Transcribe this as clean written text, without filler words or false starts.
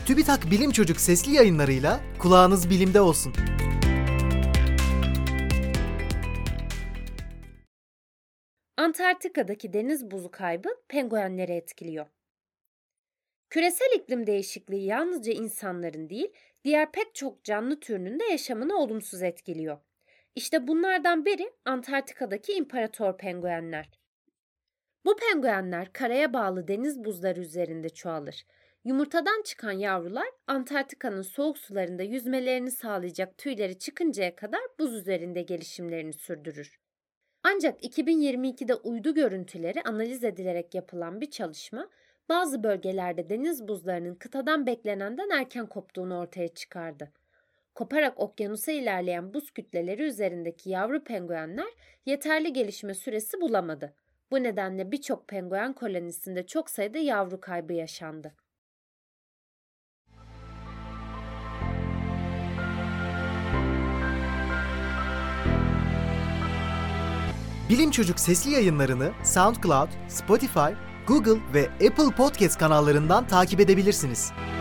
TÜBİTAK Bilim Çocuk sesli yayınlarıyla kulağınız bilimde olsun. Antarktika'daki deniz buzu kaybı penguenleri etkiliyor. Küresel iklim değişikliği yalnızca insanların değil, diğer pek çok canlı türünün de yaşamını olumsuz etkiliyor. İşte bunlardan biri Antarktika'daki imparator penguenler. Bu penguenler karaya bağlı deniz buzları üzerinde çoğalır. Yumurtadan çıkan yavrular Antarktika'nın soğuk sularında yüzmelerini sağlayacak tüyleri çıkıncaya kadar buz üzerinde gelişimlerini sürdürür. Ancak 2022'de uydu görüntüleri analiz edilerek yapılan bir çalışma, bazı bölgelerde deniz buzlarının kıtadan beklenenden erken koptuğunu ortaya çıkardı. Koparak okyanusa ilerleyen buz kütleleri üzerindeki yavru penguenler yeterli gelişme süresi bulamadı. Bu nedenle birçok penguen kolonisinde çok sayıda yavru kaybı yaşandı. Bilim Çocuk sesli yayınlarını SoundCloud, Spotify, Google ve Apple Podcast kanallarından takip edebilirsiniz.